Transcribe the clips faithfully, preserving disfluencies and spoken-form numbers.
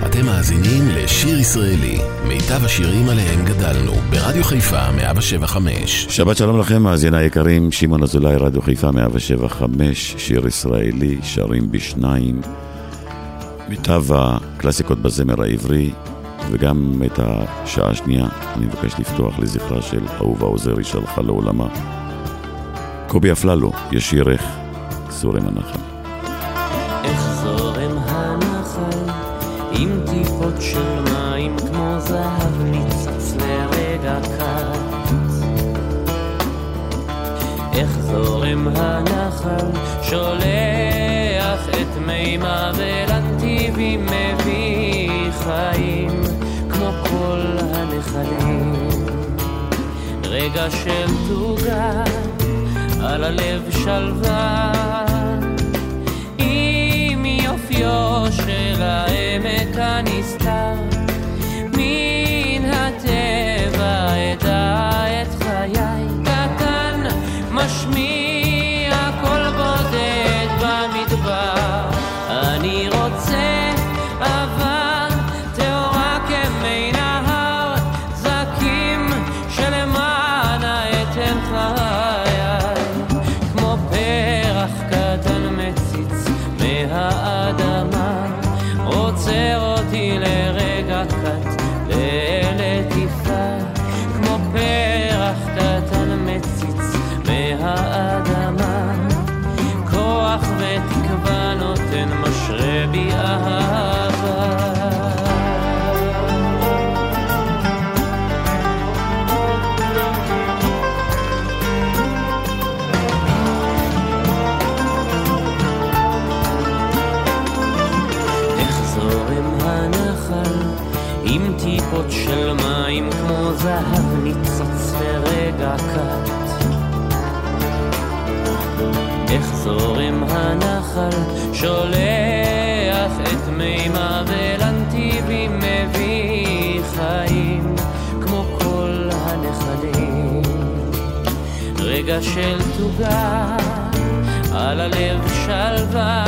אתם מאזינים לשיר ישראלי, מיטב השירים עליהם גדלנו, ברדיו חיפה מאה שבע חמש. שבת שלום לכם, מאזיני היקרים, שמעון אזולאי, רדיו חיפה מאה שבע חמש, שיר ישראלי, שרים בשניים, מיטב הקלאסיקות בזמר העברי, וגם את השעה השנייה אני מבקש לפתוח לזכרה של אהובה עוזרי שהלכה לעולמה. קובי אפללו, ישירך, זורם הנחל. איך זורם הנחל עם טיפות של מים כמו זהב ניצץ לרגע קט. איך זורם הנחל שולח את מימה ולנתיבים מביא חיים כמו כל הנחלים. רגע של תוגה על הלב שלווה עם יופיו של העמק הנסתר. מן הטבע אדע את חיי קטן משמיע קול בודד במדבר. אני רוצה אהבה טהורה כמי נהר זקים שלמענה אתן חיי כמו פרח קטן מציץ מהאדמה עוצר אותי לרגע קט ללטיפה כמו פרח קטן מציץ מהאדמה כוח ותקווה נותן משרה בי אהבה. איך זורם הנחל עם טיפות של מים כמו זהב ניצוץ לרגע קט. איך זורם הנחל שולח את מימה ולנתיבים מביא חיים כמו כל הנחלים. רגע של תוגה על הלב שלווה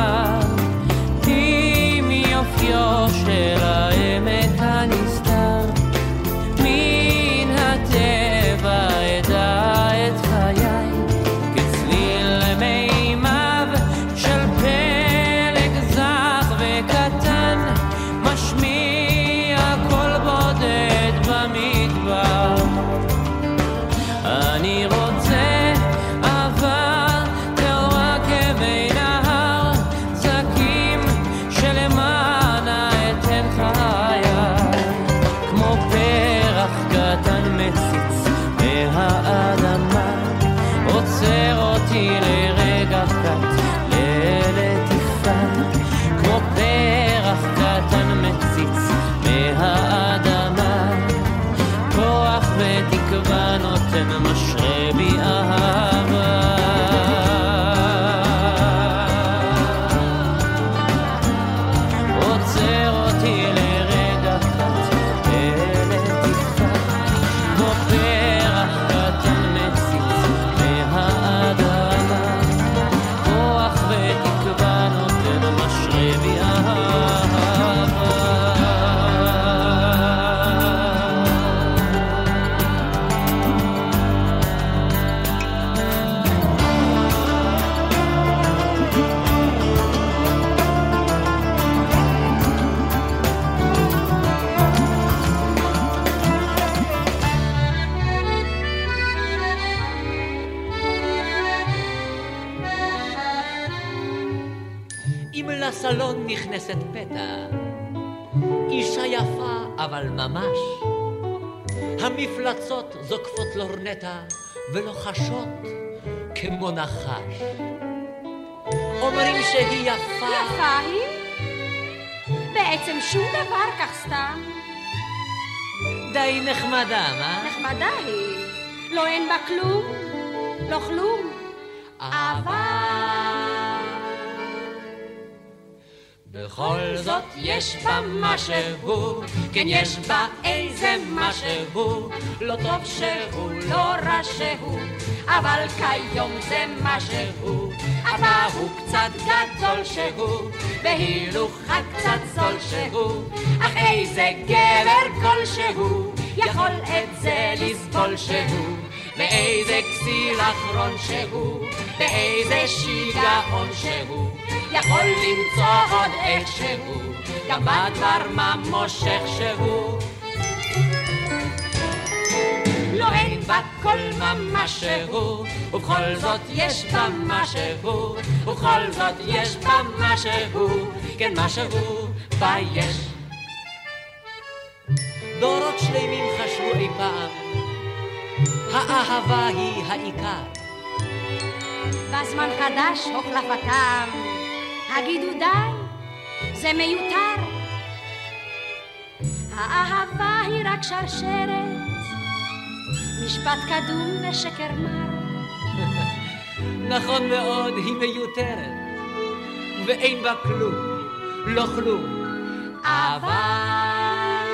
עם יופיו של העמק הנסתר. מן הטבע אדע את חיי כצליל מימיו של פלג זך וקטן משמיע קול בודד במדבר. אני רוצה אהבה טהורה כמי נהר זקים שלמענה אתן חיי כמו פרח קטן מציץ מהאדמה עוצר אותי לרגע קט ללטיפה כמו פרח קטן מציץ מהאדמה כוח ותקווה נותן משרה בי אהבה. עוצר אותי לרגע קט ללטיפה כמו פרח קטן מציץ מהאדמה כוח ותקווה נותן משרה בי אהבה. אם לסלון נכנסת פתע אישה יפה אבל ממש, המפלצות זוקפות לורנטה ולוחשות כמו נחש. אומרים שהיא יפה. יפה היא? בעצם שום דבר כך סתם. די נחמדה, מה? נחמדה היא. לא אין בה כלום, לא כלום. אבל בכל זאת יש בה משהו, כן יש בה איזה משהו, לא טוב שהוא, לא רע שהוא, אבל כיום זה משהו, אבא הוא קצת גדול שהוא, בהילוכה קצת זול שהוא, אך איזה גבר כלשהו, יכול את זה לסבול שהוא, ואיזה כסיל אחרון שהוא, ואיזה שיגעון שהוא, יכול למצוא עוד איכשהו, גם בדבר מה מושך שהוא. לא אין בה כל משהו, ובכל זאת יש בה משהו, ובכל זאת יש בה משהו, כן משהו בה יש. דורות שלמים חשבו אי פעם, האהבה היא העיקר. בזמן חדש הוחלפתם, הגידו די, זה מיותר. האהבה היא רק שרשרת, משפט קדום ושקר מר. נכון מאוד, היא מיותרת, ואין בה כלום, לא כלום. אבל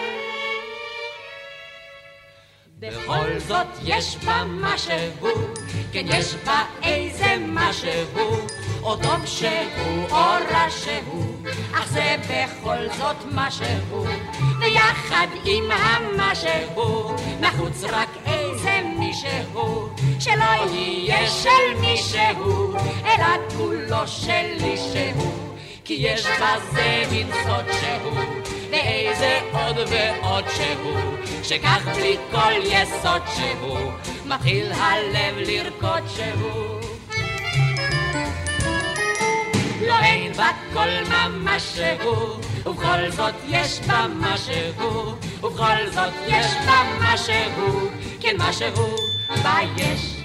בכל זאת יש בה משהו, כן יש בה איזה משהו, או טוב שהוא או רע שהוא, אך זה בכל זאת משהו, ויחד עם המשהו נחוץ רק איזה מישהו, שלא יהיה של מישהו אלא כולו שלי שהוא, כי יש בזה מין סוד שהוא, ואיזה עוד ועוד שהוא, שכך בלי כל יסוד שהוא, מתחיל הלב לרקוד שהוא. לא אין בה כל משהו, ובכל זאת יש בה משהו, ובכל זאת יש בה משהו, כן משהו בה יש.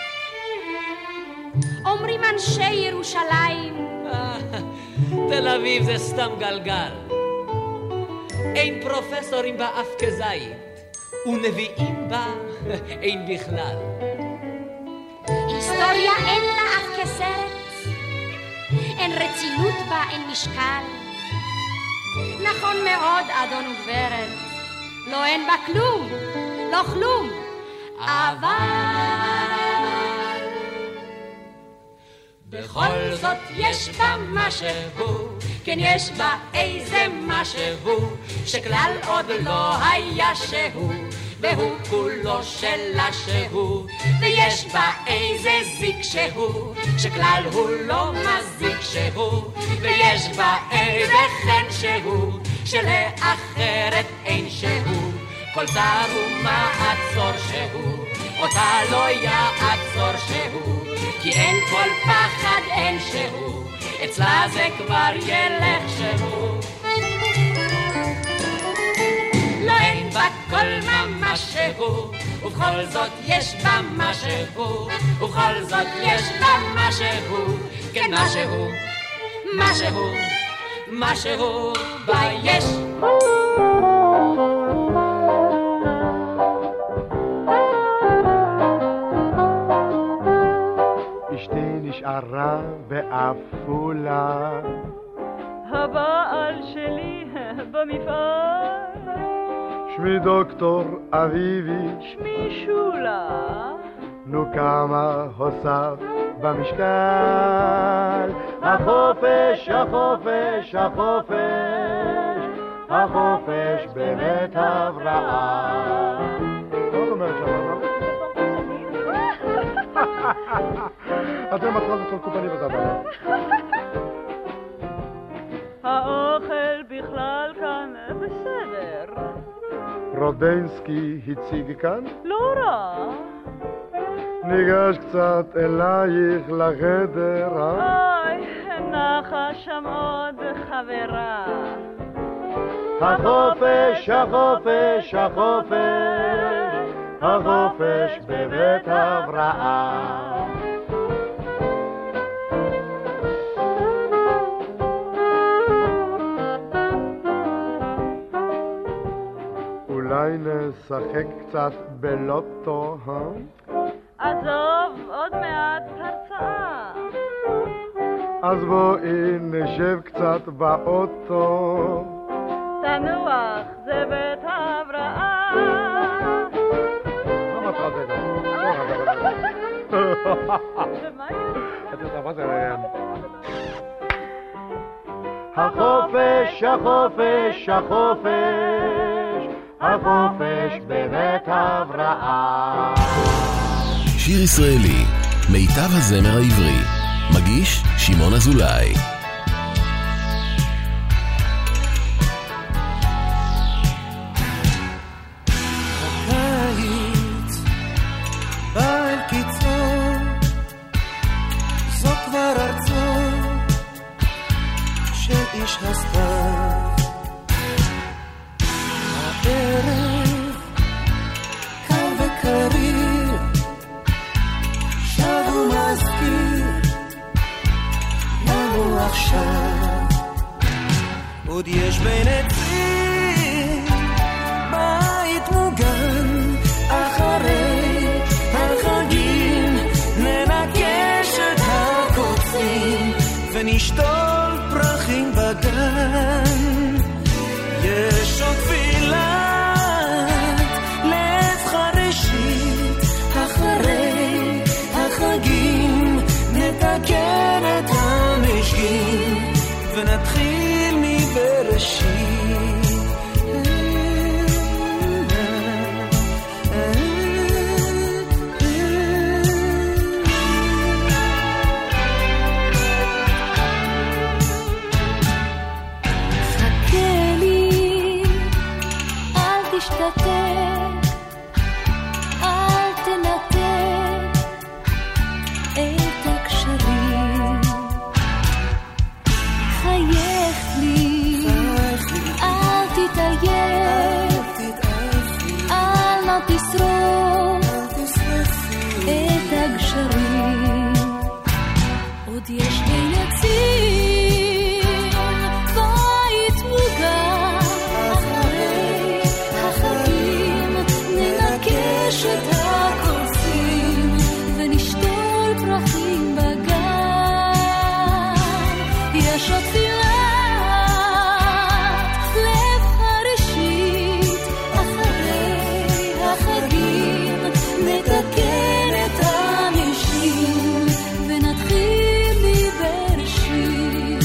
אומרים אנשי ירושלים, תל אביב זה סתם גלגל, אין פרופסורים בה אף כזית, ונביאים בה אין בכלל. היסטוריה אין לה אף כסרט, אין רצינות בה, אין משקל. נכון מאוד, אדון וגברת, לא אין בה כלום, לא כלום, אבל בכל זאת יש בה משהו, כן יש בה איזה משהו, שכלל עוד לא היה שהוא, והוא כולו שלה שהוא, ויש בה איזה זיק שהוא, שכלל הוא לא מזיק שהוא, ויש בה איזה חן שהוא, שלאחרת אין שהוא, כל צער ומעצור שהוא, אותה לא יעצור שהוא, כי אין כל פחד אין שהוא, אצלה זה כבר ילך שהוא. לא אין בה כל משהו, ובכל זאת יש בה משהו, ובכל זאת יש בה משהו, כן משהו, משהו, משהו בה יש. אשתי נשארה בעפולה, הבעל שלי במפעל, שמי דוקטור אביבי, שמי שולה, נו כמה הוסף במשקל. החופש, החופש, החופש, החופש באמת הבראה. מה זאת אומרת שם? אתם מתחיל לכל קופני וזבל. האוכל בכלל כאן בסדר. רודנסקי הציג כאן? לא רע. ניגש קצת אלייך לחדר, אה? אוי, נחה שם עוד חברה. החופש, החופש, החופש, החופש בבית הבראה. אולי נשחק קצת בלוטו, אה? עזוב, עוד מעט הרצאה. אז בואי נשב קצת באוטו. תנוח, זה בית ההבראה. מה מטרת זה? ומה היא? את יודעת מה זה? החופש, החופש, החופש, החופש בבית ההבראה. שיר ישראלי, מיטב הזמר העברי. מגיש שמעון אזולאי. הקיץ בא אל קיצו, זו כבר ארצו של איש הסתיו. הערב קר וקריר, שב ומזכיר לנו עכשיו. עוד יש בין עצים בית מוגן, אחרי החגים ננקש את הקוצים ונשתול פרחים בגן. יש עוד תפילת לב חרישית, אחרי החגים נתקן את המשגים ונתחיל מבראשית. אל תנתק את הקשרים, חייך לי, אל תתעייף, אל נא תשרוף את הגשרים. עוד יש בין עצים בית מוגן, אחרי החגים ננקש את הקוצים ונשתול פרחים בגן. יש עוד תפילת לב חרישית, אחרי החגים נתקן את המשגים ונתחיל מבראשית.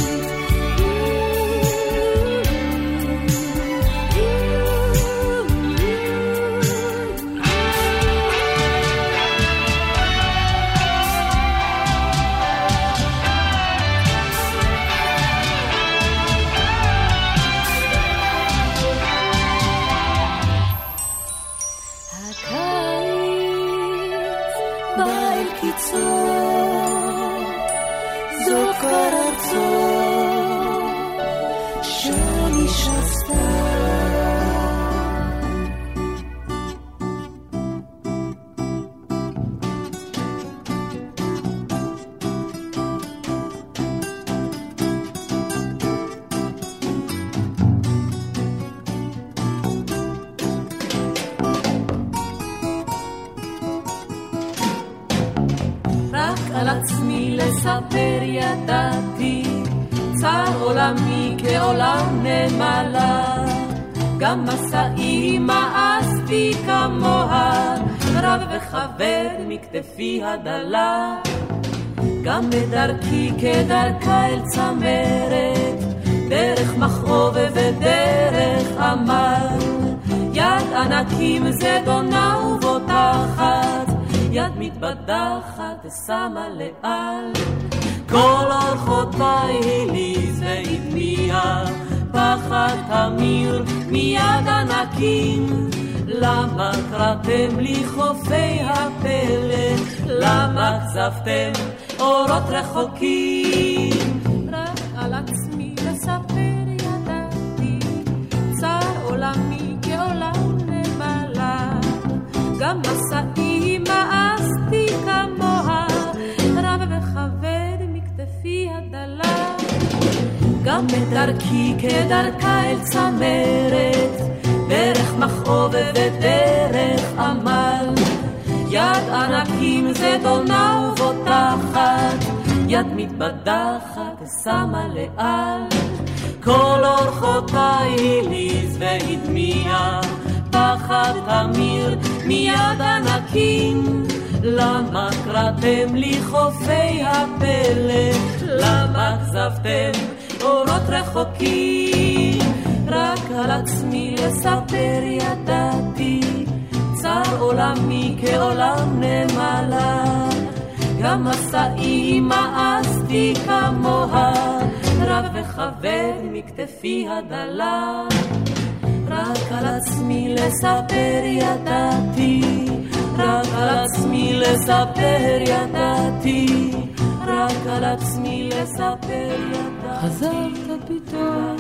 על עצמי לספר ידעתי, צר עולמי כעולם נמלה, גם מסעי מאסתי כמוה, רב וחבר מכתפי הדלה, גם בדרכי כדרכה אל צמרת, דרך מכאוב ודרך עמל, יד ענקים זדונה ובוטחת, יד מתבדחת שמה לאל. כל אורחותיי הליז והטמיע, פחד תמיר מיד ענקים. למה קראתם לי חופי הפלא, למה כזבתם אורות רחוקים? רק על עצמי לספר ידעתי, צר עולמי כעולם נמלה, גם מסעי מאסתי כמוה, רב וחבר מכתפי הדלה, גם בדרכי כדרכה אל צמרת, דרך מכאוב ודרך עמל, יד ענקים זדונה ובוטחת, יד מתבדחת שמה לאל, כל אורחותיי הליז והדמיע, פחד תמיר מיד ענקים. למה קראתם לי חופי הפלא, למה כזבתם אורות רחוקים? רק על עצמי לספר ידעתי, צר עולמי כעולם נמלה, גם מסעי מאסתי כמוה, רב וכבד מכתפי הדלה. רק על עצמי לספר ידעתי, רק על עצמי לספר ידעתי, רק על עצמי לספר ידעתי. חזרת פתאום,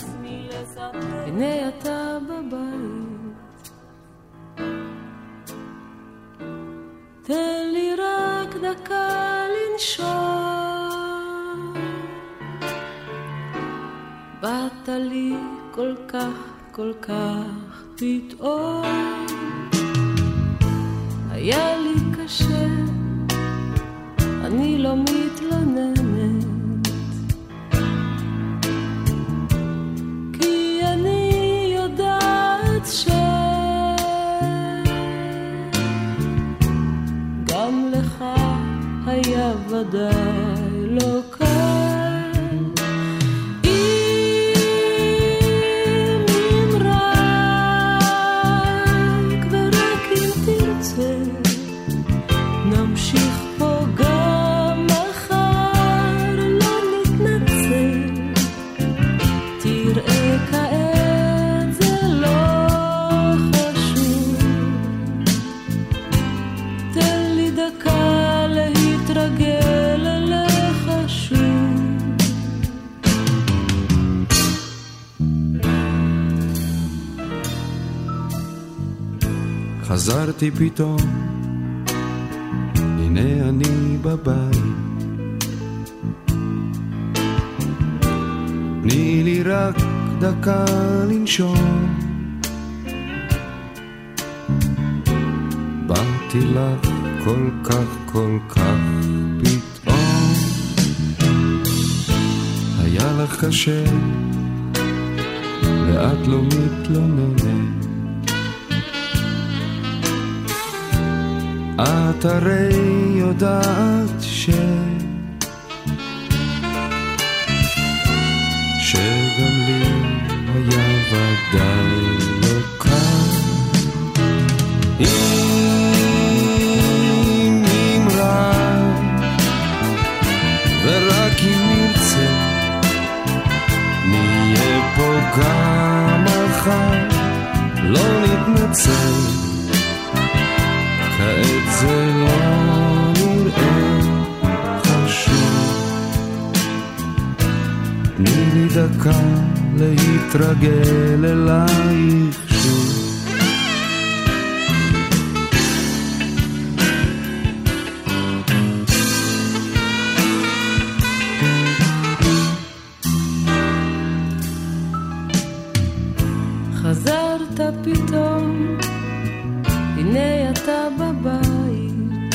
הנה אתה בבית, תן לי רק דקה לנשום. באת לי כל כך כל כך פתאום, היה לי קשה, אני לא מתלוננת, כי אני יודעת שגם לך היה ודאי לא קל. חזרתי פתאום, הנה אני בבית, תני לי רק דקה לנשום. באתי לך כל כך כל כך פתאום, היה לך קשה ואת לא מתלוננת, את הרי יודעת ש... שגם לי היה ודאי לא קל. אם נמרא ורק אם נרצה, נהיה פה גם מחר, לא נתנצל, כעת זה לא נראה חשוב. תני לי דקה להתרגל אלייך שוב. חזרת פתאום, הנה אתה בבית,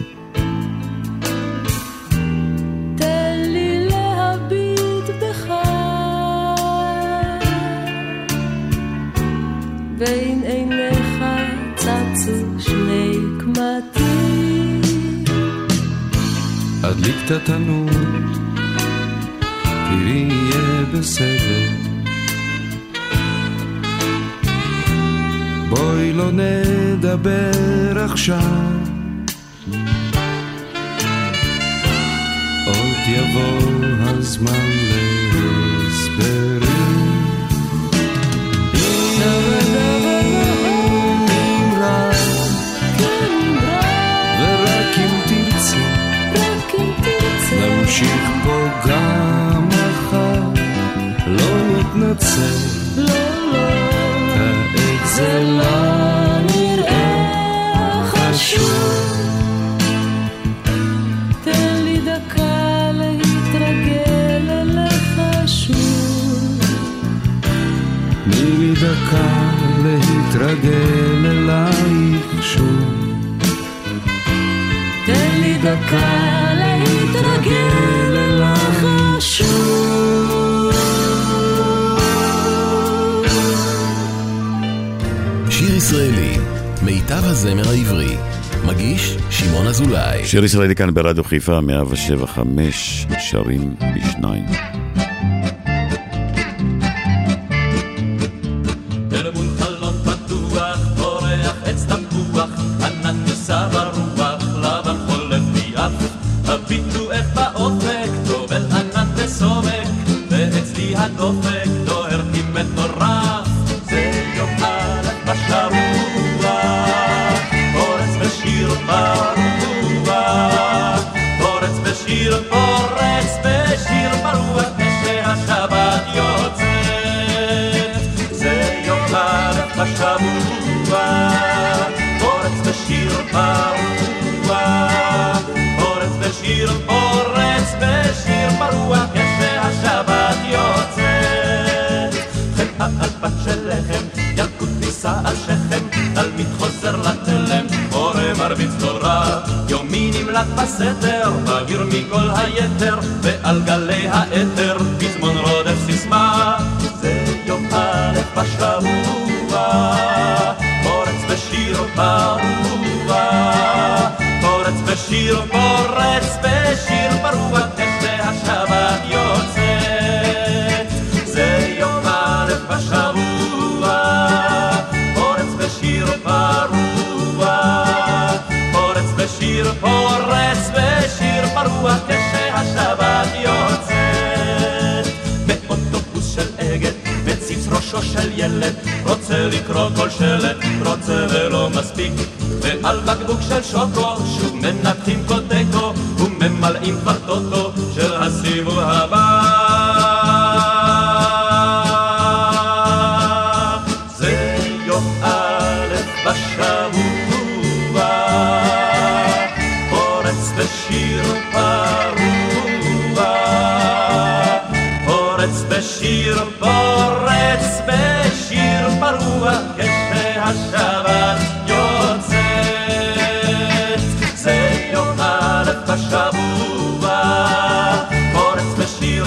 תן לי להביט בך, בין עיניך צצו שני קמטים. הדליק את התנור, תראי יהיה בסדר, בואי לא נדבר עכשיו, עוד יבוא הזמן להסברים. אם נמרא ורק אם תרצה, נמשיך פה גם מחר, לא נתנצל, כעת זה לא נראה חשוב. תן לי דקה להתרגל אליך שוב. תני לי דקה להתרגל אלייך שוב. תן לי דקה להתרגל להתרגל אליך שוב. שיר ישראלי, מיטב הזמר העברי, מגיש שמעון אזולאי. שיר ישראלי כאן ברדיו חיפה מאה שבע חמש, שרים בשניים. אל מול חלון פתוח, פורח עץ תפוח, ענן נישא ברוח, לבן חולף ביעף. הביטו איך באופק, טובל ענן וסומק, ואצלי הדופק דוהר כמטורף. זה יום א' בשבוע, פורץ בשיר ברוח, פורץ בשיר, פורץ בשיר ברוח, כשהשבת יוצאת. זה יום א' בשבוע, פורץ בשיר ברוח, פורץ בשיר, פורץ בשיר ברוח, כשהשבת יוצאת. חמאה על פת של לחם, ילקוט נישא על שכם, תלמיד חוזר לתלם, מורה מרביץ תורה, יומי נמלט בסתר, באוויר מכל היתר, ועל גלי האתר, פזמון רודף סיסמה. זה יום א' בשבוע, פורץ בשיר ברוח, פורץ בשיר, פורץ בשיר ברוח, כשהשבת יוצאת. זה יום א' בשבוע, פורץ בשיר ברוח, פורץ בשיר, פורץ בשיר ברוח, כשהשבת יוצאת. באוטובוס של אגד, בציץ ראשו של ילד, רוצה לקרוא כל שלט, רוצה ולא מספיק, ועל בקבוק של שוקו שוב מנתחים כל דקו, וממלאים כבר טוטו של הסיבוב הבא. זה יום א' בשבוע, פורץ בשיר ברוח, פורץ בשיר, פורץ בשיר ברוח, כשהשבת יוצאת. זה יום א' בשבוע, פורץ בשיר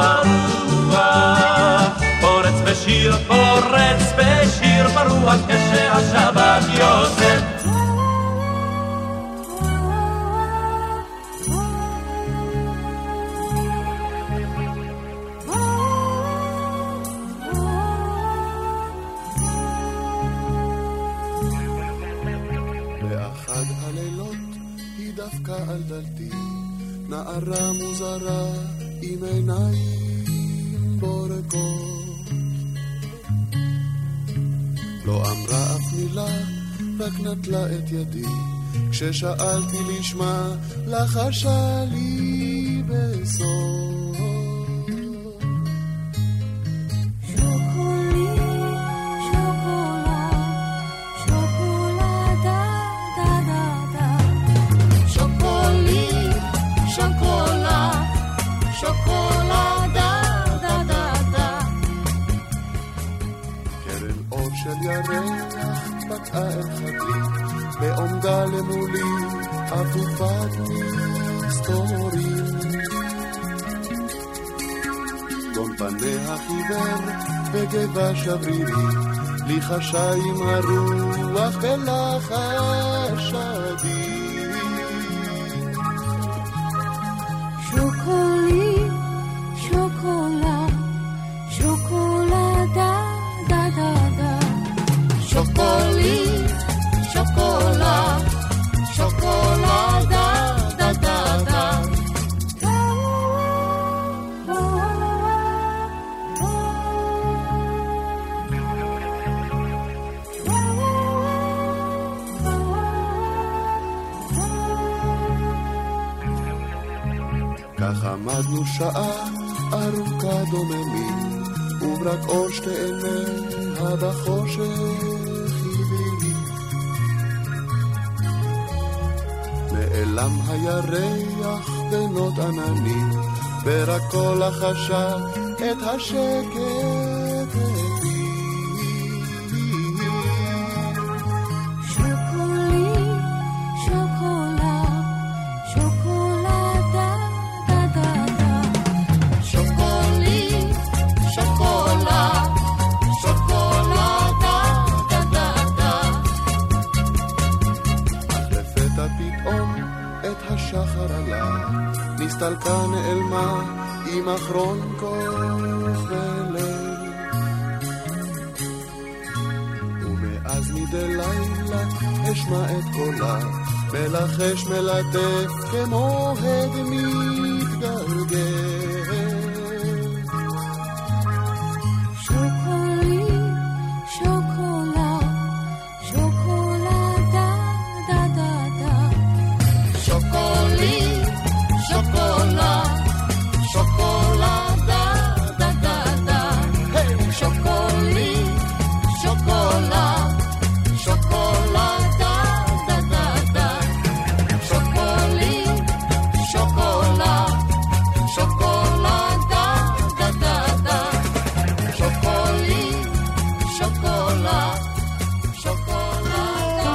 ברוח, פורץ בשיר, פורץ בשיר ברוח, כשהשבת יוצאת. על דלתי נערה מוזרה עם עיניים בורקות, לא אמרה אף מילה, רק נטלה את ידי, כששאלתי לשמה לחשה לי בסוף. ירח פתעה את חדרי, בעומדה למולי אפופת מסתורים, גום פניה חיוור בגבה שברירי, לי חשה עם הרוח ולחש עדי. שוקולי, שוקולה, שוקולדה, דה דה דה. שוקולי, שוקולה, שוקולדה, דה דה דה. כך עמדנו שעה ארוכה דוממים, וברק אור שתי עיניה בחושך הביא. נעלם הירח בנות עננים, ורק כל החשה את השקט הביא. שוקולי, שוקולה, שוקולדה, הסתלקה נעלמה עם אחרון כוח וליל. ומאז מדי לילה אשמע את קולה מלחש מלטף כמו הד מתגלגל. שוקולי, שוקולה, שוקולדה, דה דה דה. שוקולי, שוקולה, שוקולדה, דה דה דה. שוקולי, שוקולה, שוקולדה, דה דה דה. שוקולי, שוקולה, שוקולדה, דה דה דה. שוקולי, שוקולה, שוקולדה,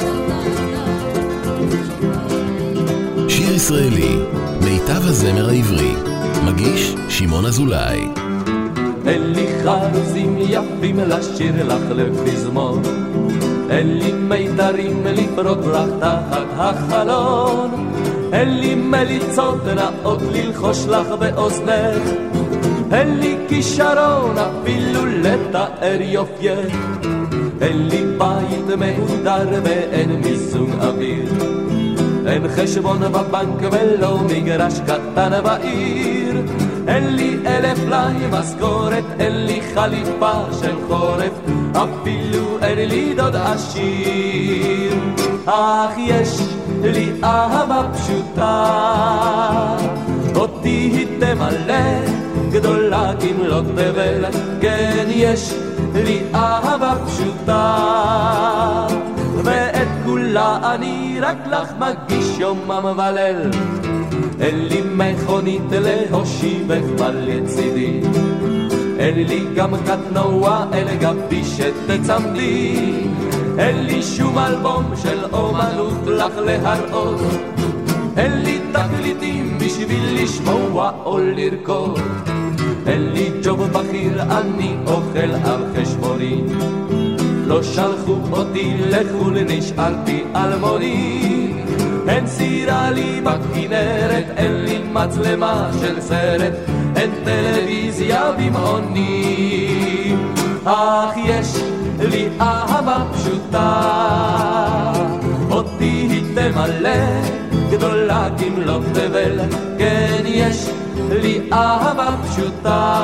שיר ישראלי, מיטב הזמר העברי, מגיש שמעון אזולאי. אין לי חרוזים יפים לשיר לך לפזמון, אין לי מיתרים לפרוט לך תחת החלון, אין לי מליצות נאות ללחוש לך באוזנך, אין לי כישרון אפילו לתאר יופייך, אין לי בית מהודר ואין מיזוג אוויר, אין חשבון בבנק ולא מגרש קטן בעיר, אין לי אלף לי משכורת, אין לי חליפה של חורף, אפילו אין לי דוד עשיר. אך יש לי אהבה פשוטה, אותי היא תמלא גדולה כמלות תבל, כן יש לי אהבה פשוטה, ואת כולה אני רק לך מגיש יומם וליל. אין לי מכונית להושיבך לצידי, אין לי גם קטנוע אל גבי שתצמדי, אין לי שום אלבום של אומנות לך להראות, אין לי תקליטים בשביל לשמוע או לרקוד, אין לי ג'וב בכיר, אני אוכל על חשבוני, לא שלחו אותי לחול, נשארתי אלמוני, אין סירה לי בכנרת, אין לי מצלמה של סרט, אין טלוויזיה במעוני, אך יש לי אהבה פשוטה, אותי היא תמלא גדולה כמלות תבל, כן יש לי אהבה פשוטה,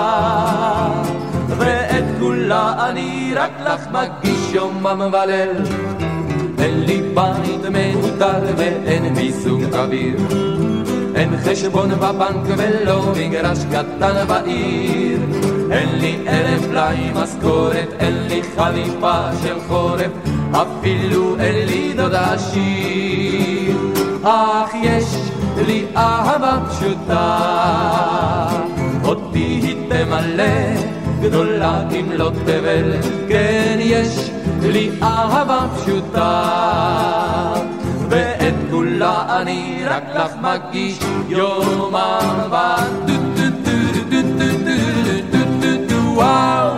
ואת כולה אני רק לך מגיש יומם וליל. אין לי בית מהודר ואין מיזוג אוויר, אין חשבון בבנק ולא מגרש קטן בעיר, אין לי אלף לי משכורת, אין לי חליפה של חורף, אפילו אין לי דוד עשיר, אך יש לי אהבה פשוטה, אותי היא תמלא גדולה כמלות תבל, כן יש לי אהבה פשוטה, ואת כולה אני רק לך מגיש יומם ודו דו דו דו דו דו דו דו דו וואו.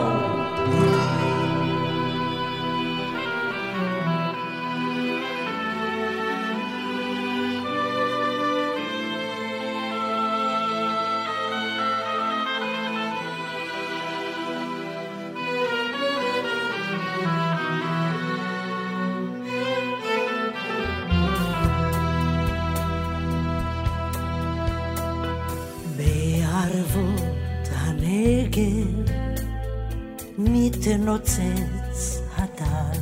מתנוצץ הטל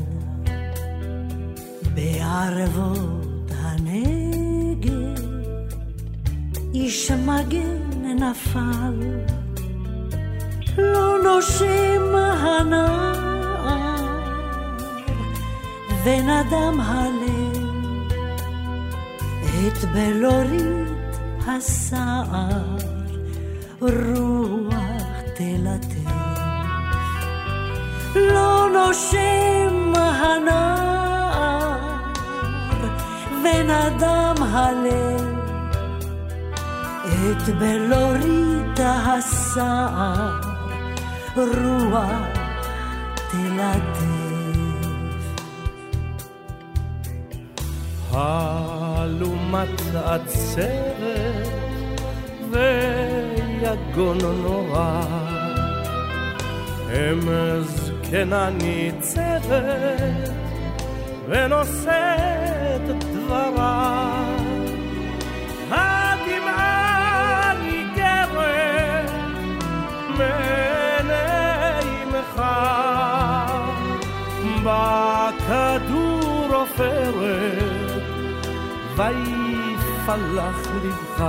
בערבות הנגב, איש מגן נפל, לא נושם הנער ונדם הלב, את בלורית הסער רוח תלטף, לא נושם הנער ונדם הלב, את בלורית הסער רוח תלטף. הלומת עצרת ויגון נורא, אם זקנה ניצבת ונושאת דברה, הדמעה ניגרת מעיני מחר, בכדור עופרת ויפלח לבך.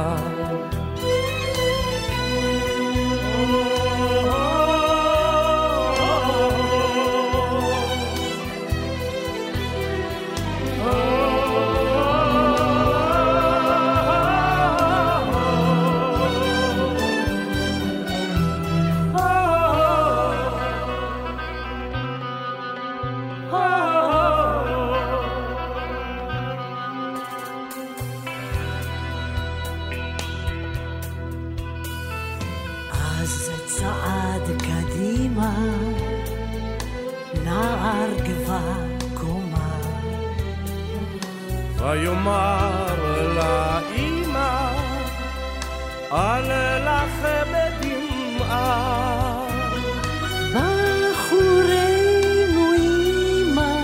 ויאמר לאמא, אל לך בדמעה, בחורנו אמא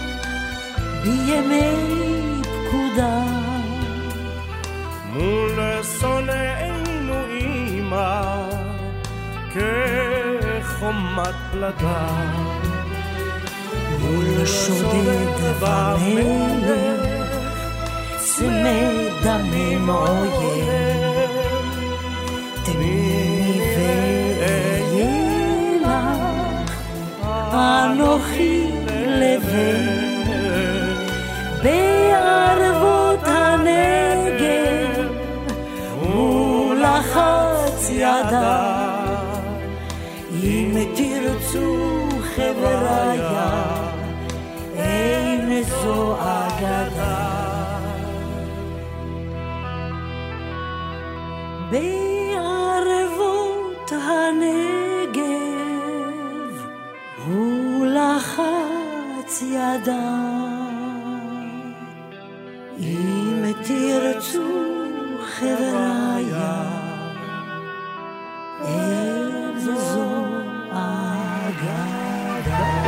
בימי פקודה, מול שונאינו אמא כחומת פלדה, מול שודד ומלך מדמם אויב, תמימי ואהיה לך אנוכי לבן, בערבות הנגב ולחץ ידה, אם תרצו חבריה אין זו אגדה. בערבות הנגב ולחץ ידה, אם תרצו חבריה אין זו אגדה.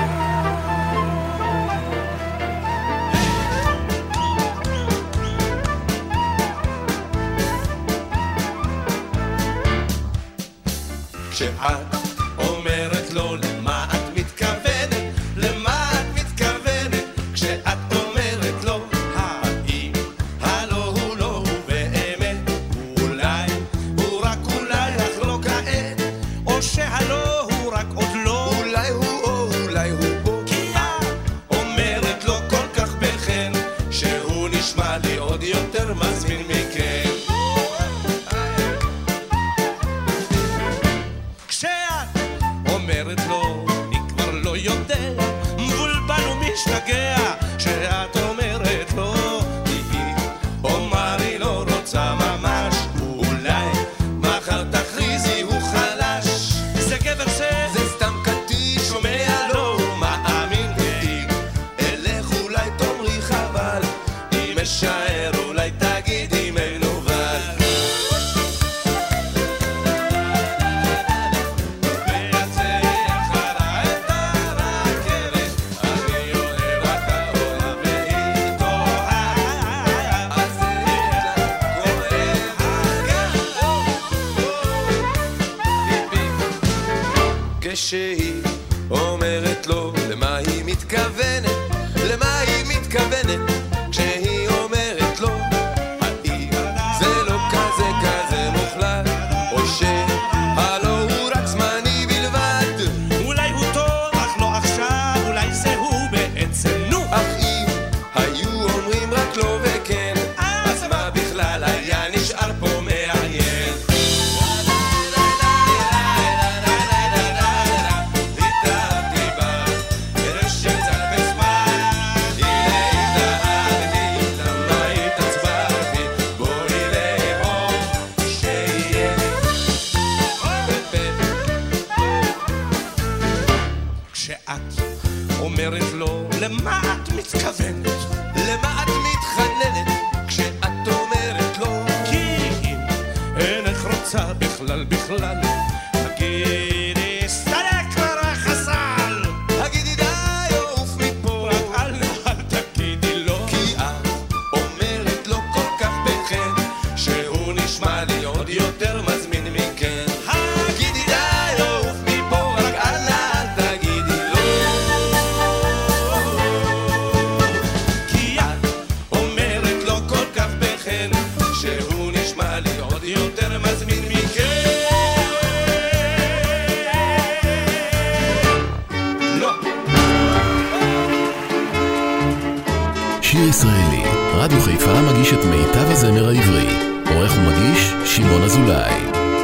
כשאת אומרת לו למה את מתכוונת, למה את מתכוונת, כשאת אומרת לו האם הלא הוא לא הוא באמת, אולי הוא רק אולי אך לא כעת, או שהלא הוא רק עוד לא, אולי הוא או אולי הוא בו, כי את אומרת לו כל כך בכן שהוא נשמע לי עוד יותר מזמין מכן. אומרת לו, אני כבר לא יודע, מבולבל ומשתגע, שאת אומרת לו, היא אומר היא לא רוצה ממש, אולי מחר תכריזי הוא חלש, זה גבר זה, זה סתם קטיש, שומע לו, מאמין לי, אלך אולי תאמרי חבל, אם משער אולי תגידי מנובל. כשהיא אומרת לו למה היא מתכוונת, למה היא מתכוונת, כשהיא אומרת לו האם זה לא כזה כזה מוחלט, או שהלא הוא רק זמני בלבד, אולי הוא טוב אך לא עכשיו, אולי זה הוא בעצם נו, אך אם היו אומרים רק לא וכן, אז מה בכלל היה נשאר פה מעניין. אומרת לו למה את מתכוונת, למה את מתחננת, כשאת אומרת לו כי אם אינך רוצה רוצה בכלל בכלל. תגידי סתלק כבר החסל, תגידי די עוף מפה, רק אל אל תגידי לו, כי את אומרת לו כל כך בכן שהוא נשמע לי עוד יותר מזמין מכן. תגידי די עוף מפה, רק אל אל תגידי לו, כי את אומרת לו כל כך בכן שהוא נשמע לי עוד יותר מזמין מכן. לא. שיר ישראלי, רדיו חיפה מגיש את מיטב הזמר העברי. עורך ומגיש שמעון אזולאי.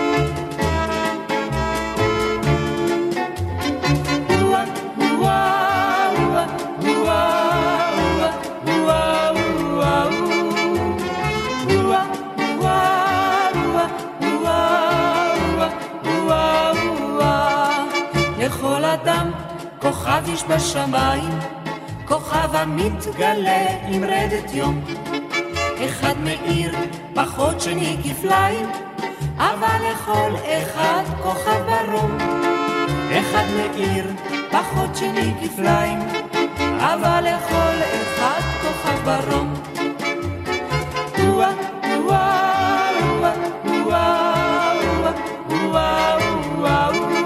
לכל אדם כוכב יש בשמיים, כוכב המתגלה עם רדת יום. אחד מאיר פחות שני כפליים, אבל לכל אחד כוכב ברום. אחד מאיר פחות שני כפליים, אבל לכל אחד כוכב ברום. וואה וואה וואה וואה וואה וואה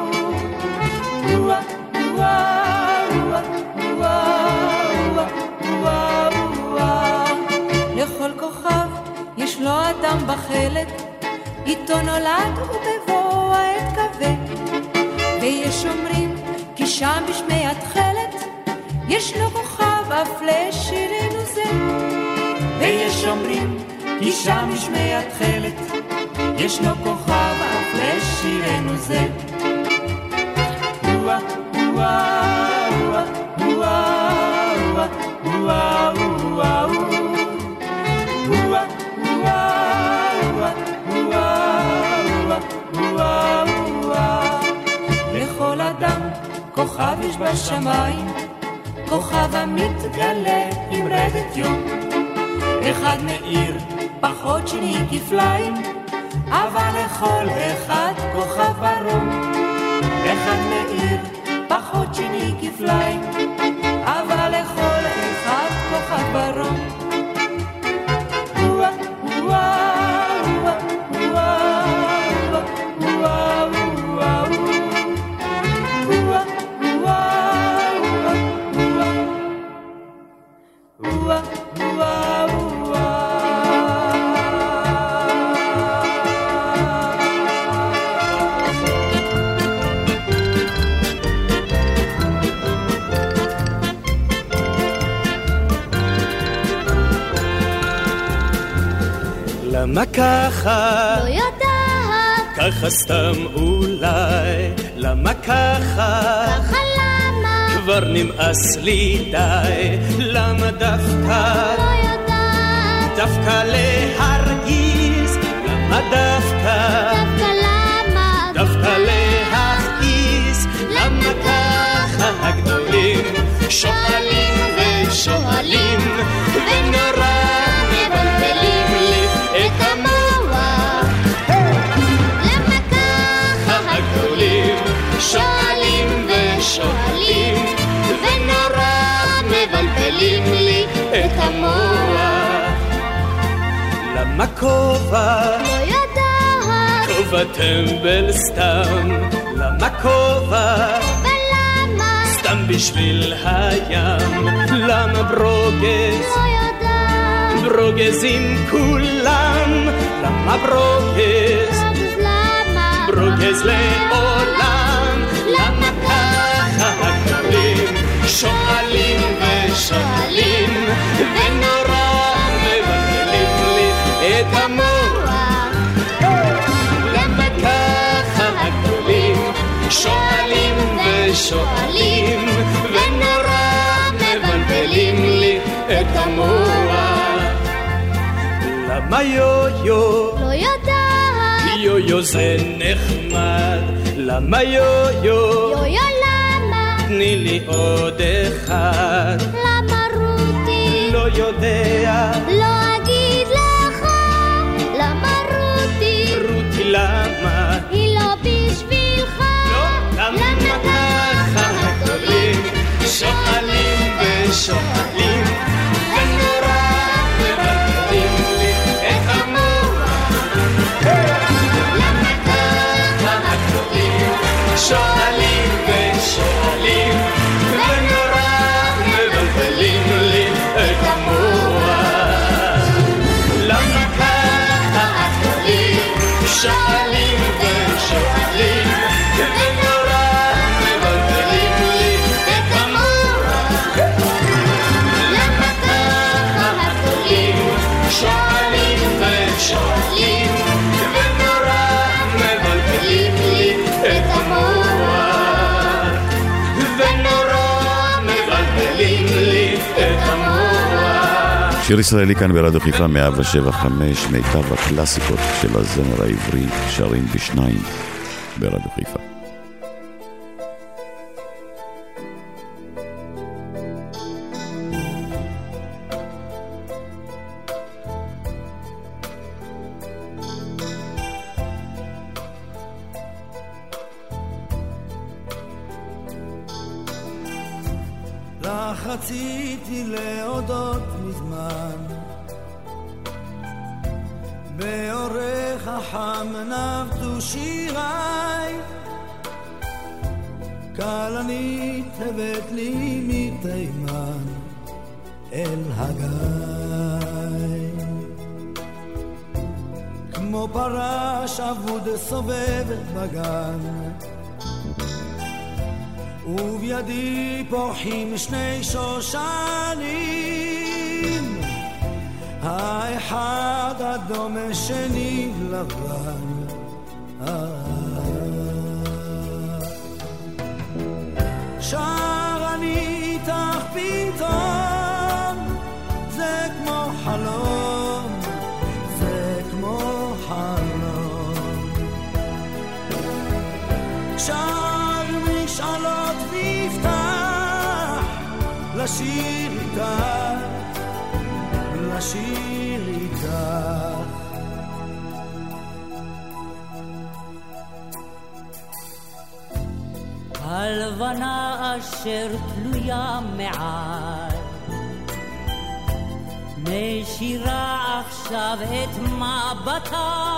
לכל כוכב יש לו אדם בחלק, איתו נולד ובבוא העת כבד. ויש אומרים כי שם בשמי התחלת יש לו כוכב אף לשירנו זה. ויש אומרים כי שם בשמי התחלת יש לו כוכב אף לשירנו זה. וואה וואה וואה וואה וואה לכל אדם כוכב יש בשמיים, כוכב המתגלה עם רדת יום. אחד מאיר פחות שני כפליים, אבל לכל אחד כוכב ברום. אחד מאיר פחות שני כפליים, אבל לכל אחד כוכב ברום. וואה וואה וואה וואה וואה למה ככה? לא יודעת. ככה סתם אולי. למה ככה? ככה למה? כבר נמאס לי די. למה דווקא? לא יודעת. דווקא להרגיז. למה דווקא? דווקא למה? דווקא להכעיס. למה ככה הגדולים שואלים ושואלים ונורא מבלבלים לי את המוח. למה ככה הגדולים שואלים ושואלים ונורא מבלבלים לי את המוח. למה כובע? לא יודעת. כובע טמבל סתם. למה כובע? ולמה? סתם בשביל הים. למה ברוגז? לא יודעת. ברוגז עם כולם. למה ברוגז? ברוגז למה? ברוגז לעולם. למה ככה הגדולים שואלים ושואלים ונורא מבלבלים לי את המוח. למה ככה הגדולים שואלים ושואלים ונורא מבלבלים לי את המוח. למה יו-יו? לא יודעת. יו-יו זה נחמד. למה יו-יו? יו-יו למה? תני לי עוד אחד. למה רותי? לא יודע. לא אגיד לך. למה רותי? רותי למה? ושואלים ונורא מבלבלים לי את המוח. למה ככה הגדולים שואלים ושואלים ונורא מבלבלים לי את המוח. למה ככה הגדולים שואלים ושואלים ונורא מבלבלים לי את המוח. למה ככה הגדולים שואלים ושואלים ונורא מבלבלים לי את המוח. ונורא מבלבלים לי את המוח. שיר ישראלי כאן ברדיו חיפה מאה ושבע חמש, מיטב הקלאסיקות של הזמר העברי, שרים בשניים ברדיו חיפה. לך רציתי להודות מזמן, באורך החם נבטו שיריי, כלנית הבאת לי מתימן אל הגיא. כמו פרש אבוד סובב בגן, ובידי פורחים שני שושנים, האחד אדום השני לבן. שר אני איתך פתאום, זה כמו חלום, זה כמו חלום. שר משאלות ויפתח, לשיר איתך, לשיר איתך. הלבנה אשר תלויה מעל, משירה עכשיו את מבטה,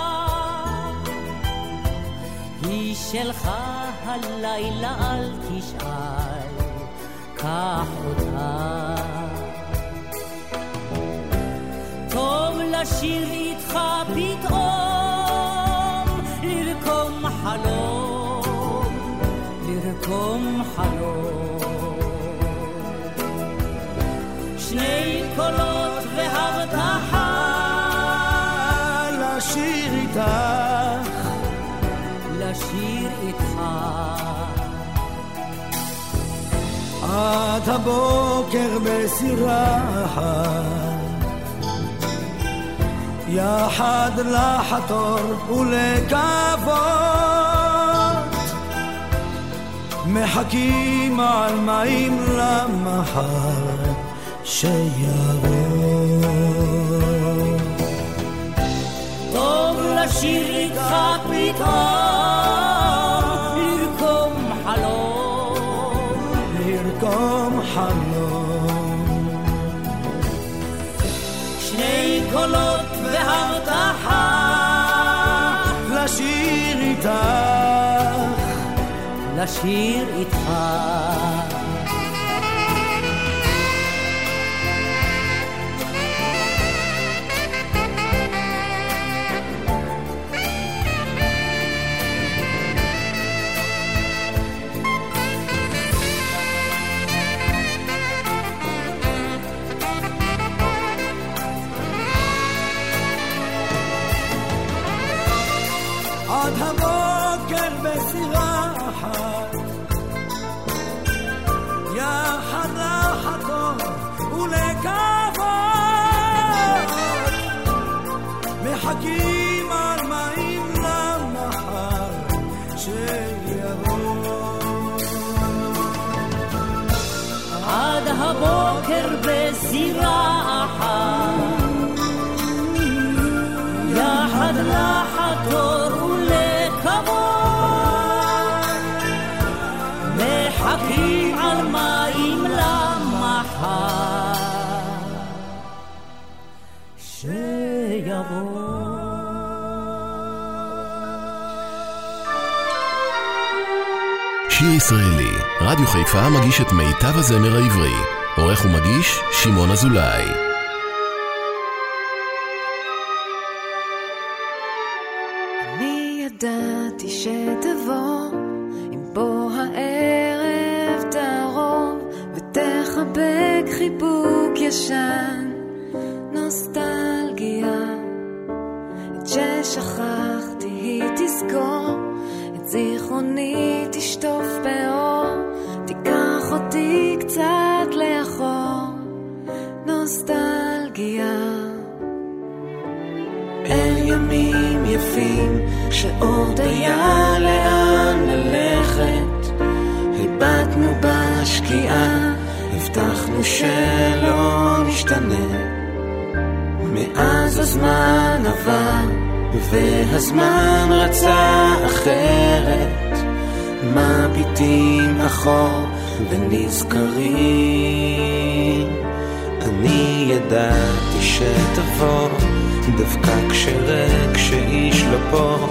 היא שלך הלילה אל תשאל, קח אותה. טוב לשיר איתך פתאום, לרקום חלום, לרקום חלום. שני קולות והבטחה, לשיר איתך, לשיר איתך. עד הבוקר בסירה יחד לחתור ולקוות, מחכים על מים למחר שיבוא. טוב לשיר איתך פתאום, לרקום חלום, לרקום חלום. שני קולות והבטחה, לשיר איתך, לשיר איתך. עד הבוקר בסירה אחת, יחד לחתור ולקוות, מחכים על מים למחר שיבוא. עד הבוקר בסירה אחת, יחד לחתור מחכים על מים למחר שיר ישראלי, רדיו חיפה מגיש את מיטב הזמר העברי. עורך ומגיש שמעון אזולאי. אני ידעתי שתבוא, אם בוא הערב תערוב ותחבק חיבוק ישן, נוסטלגיה. את ששכחתי היא תזכור, את זיכרוני תשטוף באור, תיקח אותי קצת לאחור, נוסטלגיה. אל ימים יפים שעוד היה לאן ללכת, הבטנו בשקיעה, הבטחנו שלא נשתנה. מאז הזמן עבר והזמן רצה אחרת, מביטים אחור ונזכרים. אני ידעתי שתבוא, דווקא כשרק שאיש לא פה,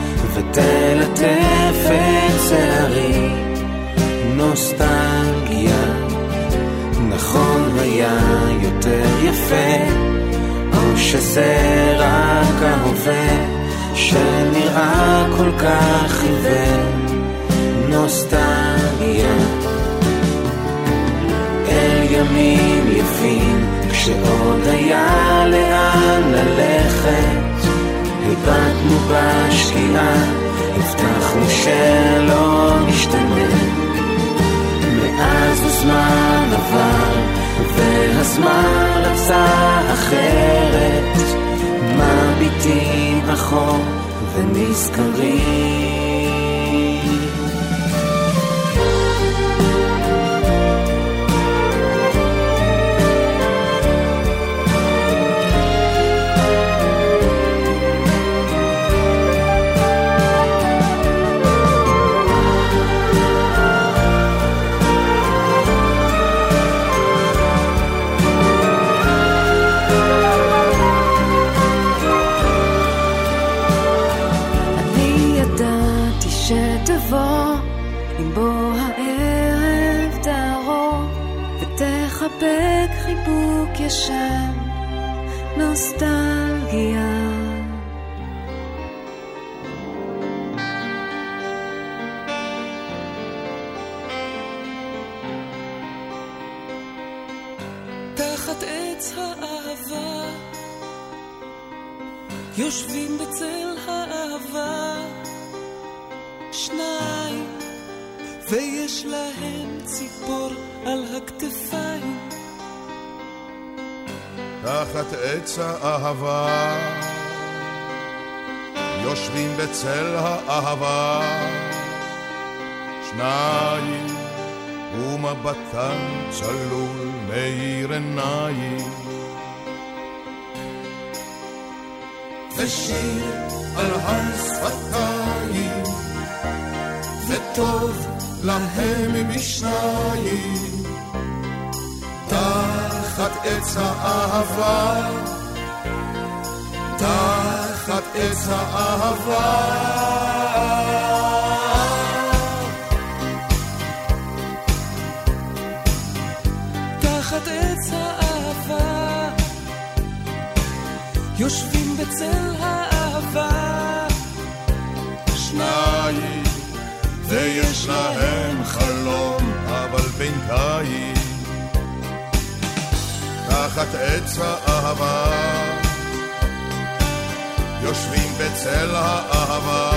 ותלטף את שערי, נוסטלגיה. נכון היה יותר יפה, או שזה רק ההווה שנראה כל כך חיוור, נוסטלגיה. אל ימים יפים כשעוד היה לאן ללכת, הבטנו בשקיעה, הבטחנו שלא נשתנה. מאז הזמן עבר והזמן רצה אחרת, מביטים אחור ונזכרים. אם בוא הערב תערוב ותחבק חיבוק ישן, נוסטלגיה. תחת עץ האהבה יושבים בצל האהבה שניים, ויש להם ציפור על הכתפיים. תחת עץ האהבה יושבים בצל האהבה שניים, ומבטן צלול מאיר עיניים. ושיר על השפתיים, וטוב להם משניים, תחת עץ האהבה, תחת עץ האהבה. תחת עץ האהבה יושבים בצל האהבה שניים, ויש להם חלום אבל בינתיים. תחת עץ האהבה יושבים בצל האהבה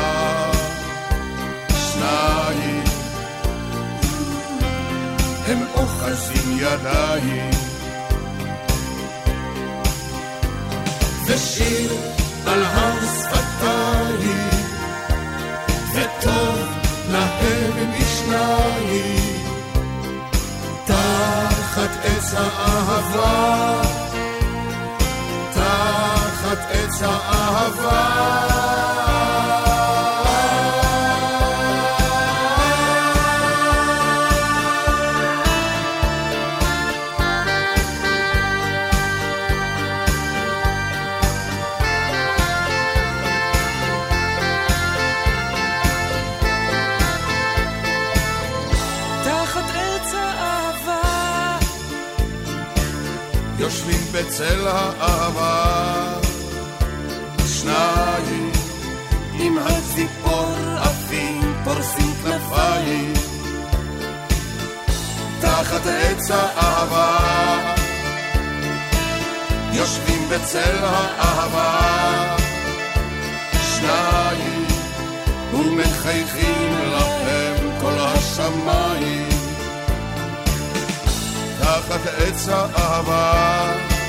שניים, הם אוחזים ידיים. ושיר על השפתיים, וטוב להם משניים, תחת עץ האהבה, תחת עץ האהבה. יושבים בצל האהבה, שניים עם הציפור עפים פורסים כנפיים תחת עץ האהבה, יושבים בצל האהבה, שניים ומחייכים לכם כל השמיים תחת עץ האהבה,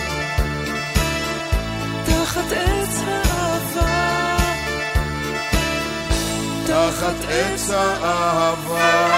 תחת עץ האהבה, תחת עץ האהבה.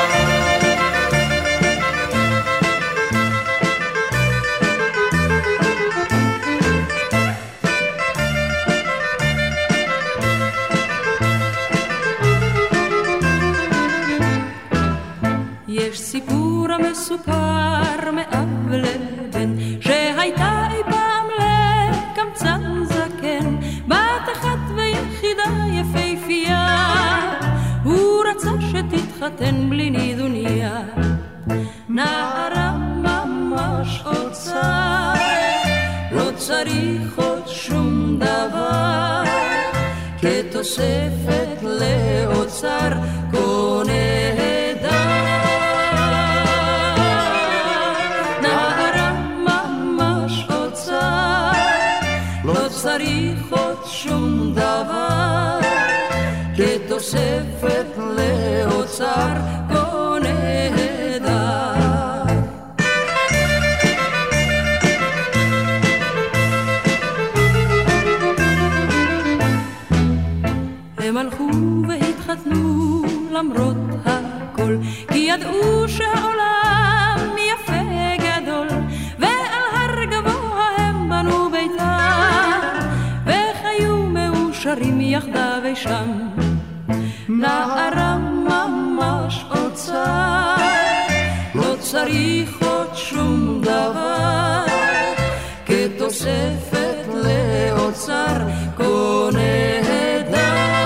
יש סיפור המסופר מאב לבן שהייתה אי פעם לקמצן זקן בת אחת ויחידה יפהפייה, הוא רצה שתתחתן בלי נידוניה, נערה ממש אוצר, לא צריך עוד שום דבר, כתוספת לאוצר קונה צריך עוד שום דבר, כתוספת לאוצר כה נהדר. הם הלכו והתחתנו למרות הכל, כי ידעו שהעולם יפה גדול, ועל הר גבוה הם בנו ביתם, שרים יחדיו שם, נערה ממש אוצר, לא צריך עוד שום דבר, כתוספת לאוצר כה נהדר.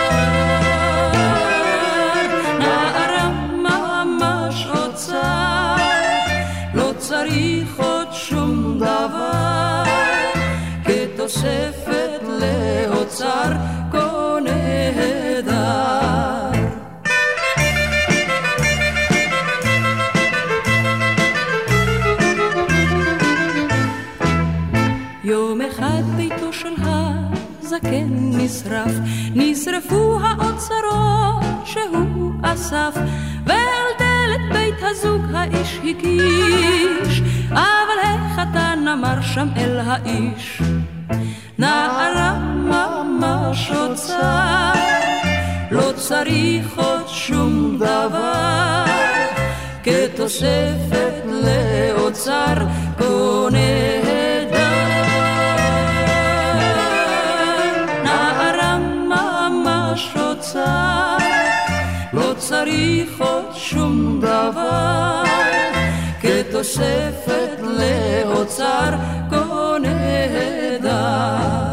נערה ממש אוצר, לא צריך עוד שום דבר, כתוספת לאוצר כה נהדר. יום אחד ביתו של הזקן נשרף, נשרפו האוצרות שהוא אסף, ועל דלת בית הזוג האיש הקיש, אבל החתן אמר שם אל האיש, נערה ממש אוצר, לא צריך עוד שום דבר, כתוספת לאוצר כה נהדר. נערה ממש אוצר, לא צריך עוד שום דבר, כתוספת לאוצר כה נהדר.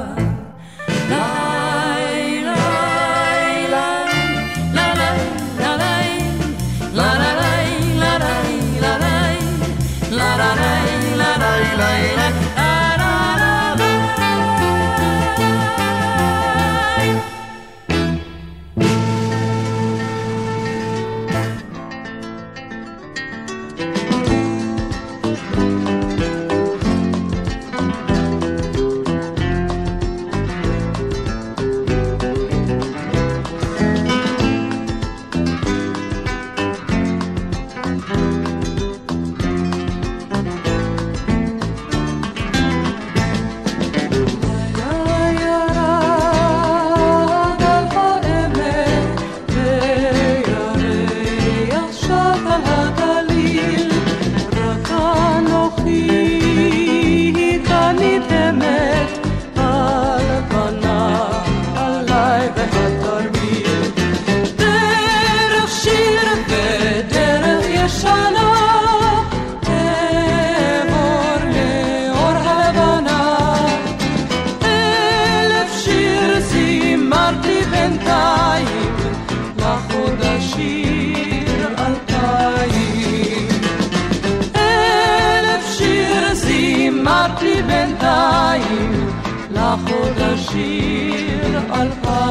השיר על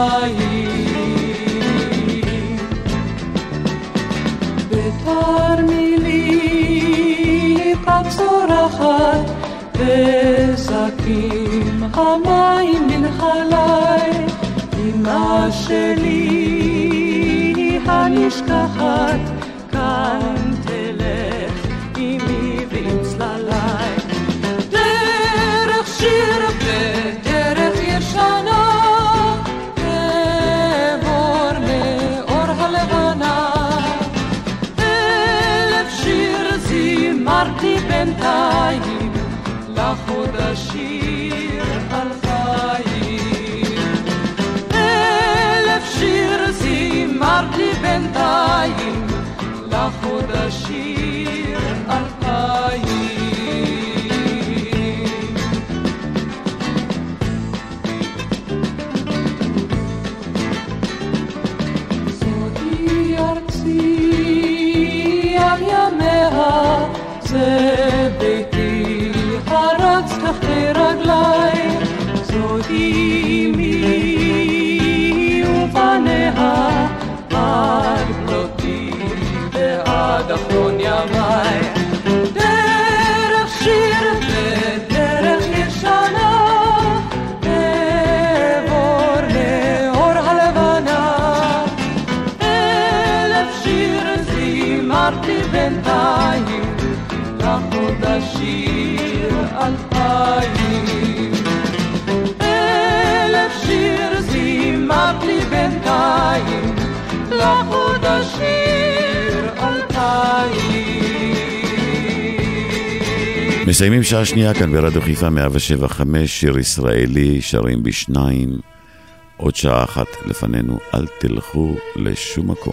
חיים. בתרמילי פצורחת וזקים המים מנחלי, אמא שלי הנשכחת כאן תלך עמי ועם צללי. דרך שיר ודרך ישנה עבור לאור הלבנה, אלף שיר זימרתי בינתיים לחוד השיר על חיים. אלף שיר זימרתי בינתיים לחוד השיר על חיים. זאתי ארצי על ימיה, זה ביתי הרץ תחתי רגלי, זאתי אמי ובניה עד בלותי ועד אחרון ימי. דרך שיר ודרך ישנה עבור לאור הלבנה, אלף שיר זימרתי בינתיים לחוד השיר על חיים. אלף שיר זימרתי בינתיים לחוד השיר על חיים. מסיימים שעה שנייה כאן ברדיו חיפה מאה שבע חמש, שיר ישראלי, שרים בשניים. עוד שעה אחת לפנינו, אל תלכו לשום מקום.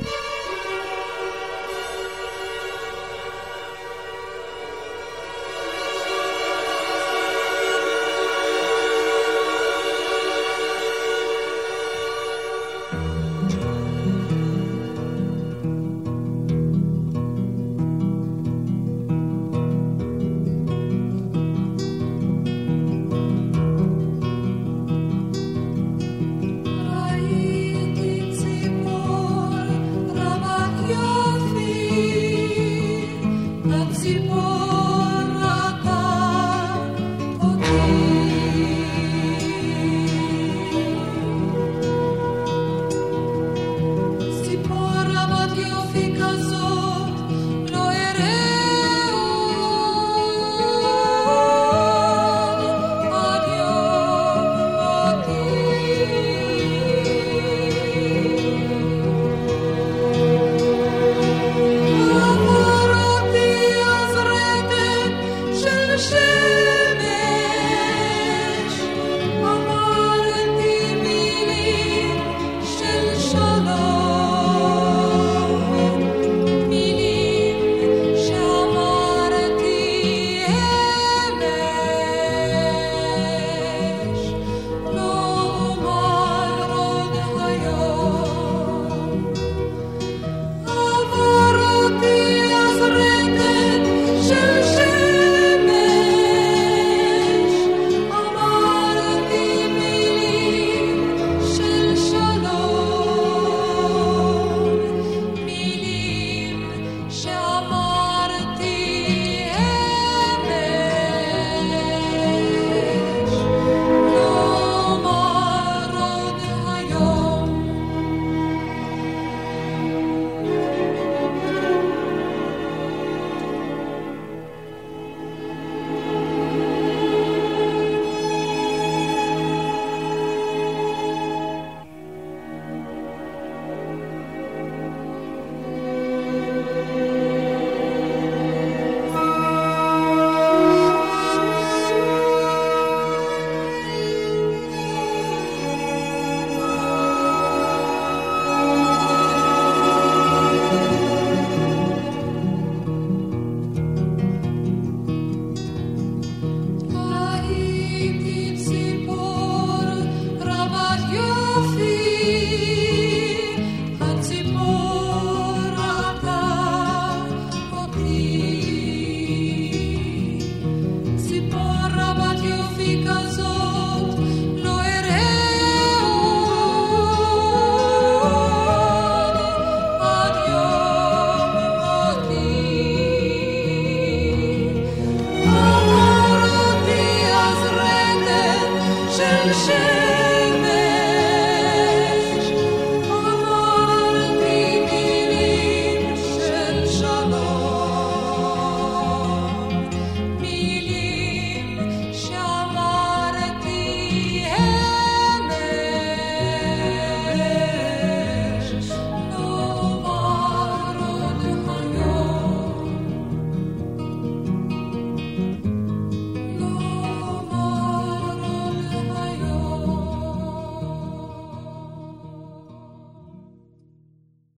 Share